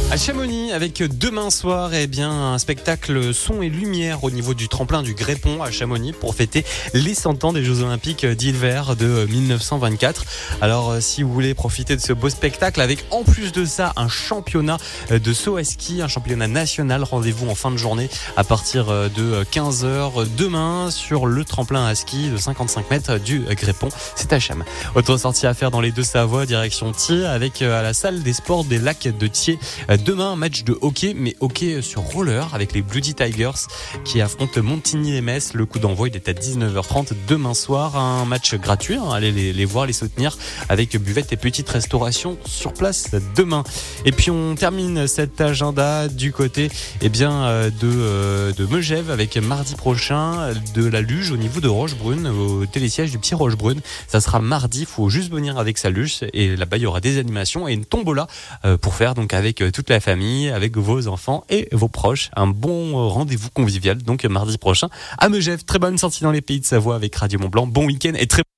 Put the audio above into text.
À Chamonix, avec demain soir, un spectacle son et lumière au niveau du tremplin du Grépon à Chamonix pour fêter les 100 ans des Jeux Olympiques d'hiver de 1924. Alors, si vous voulez profiter de ce beau spectacle, avec en plus de ça un championnat de saut à ski, un championnat national, rendez-vous en fin de journée à partir de 15h demain sur le tremplin à ski de 55 mètres du Grépon. C'est à Cham. Autre sortie à faire dans les Deux-Savoie, direction Thiers, avec à la salle des sports des lacs de Thiers. Demain, match de hockey, mais hockey sur roller avec les Bloody Tigers qui affrontent Montigny-les-Metz. Le coup d'envoi, il est à 19h30 demain soir. Un match gratuit, allez les voir, les soutenir avec buvette et petite restauration sur place demain. Et puis on termine cet agenda du côté de Megève avec mardi prochain de la luge au niveau de Rochebrune, au télésiège du petit Rochebrune. Ça sera mardi, il faut juste venir avec sa luge et là-bas il y aura des animations et une tombola pour faire donc avec toute la famille, avec vos enfants et vos proches. Un bon rendez-vous convivial donc mardi prochain à Megève. Très bonne sortie dans les pays de Savoie avec Radio Mont Blanc. Bon week-end et très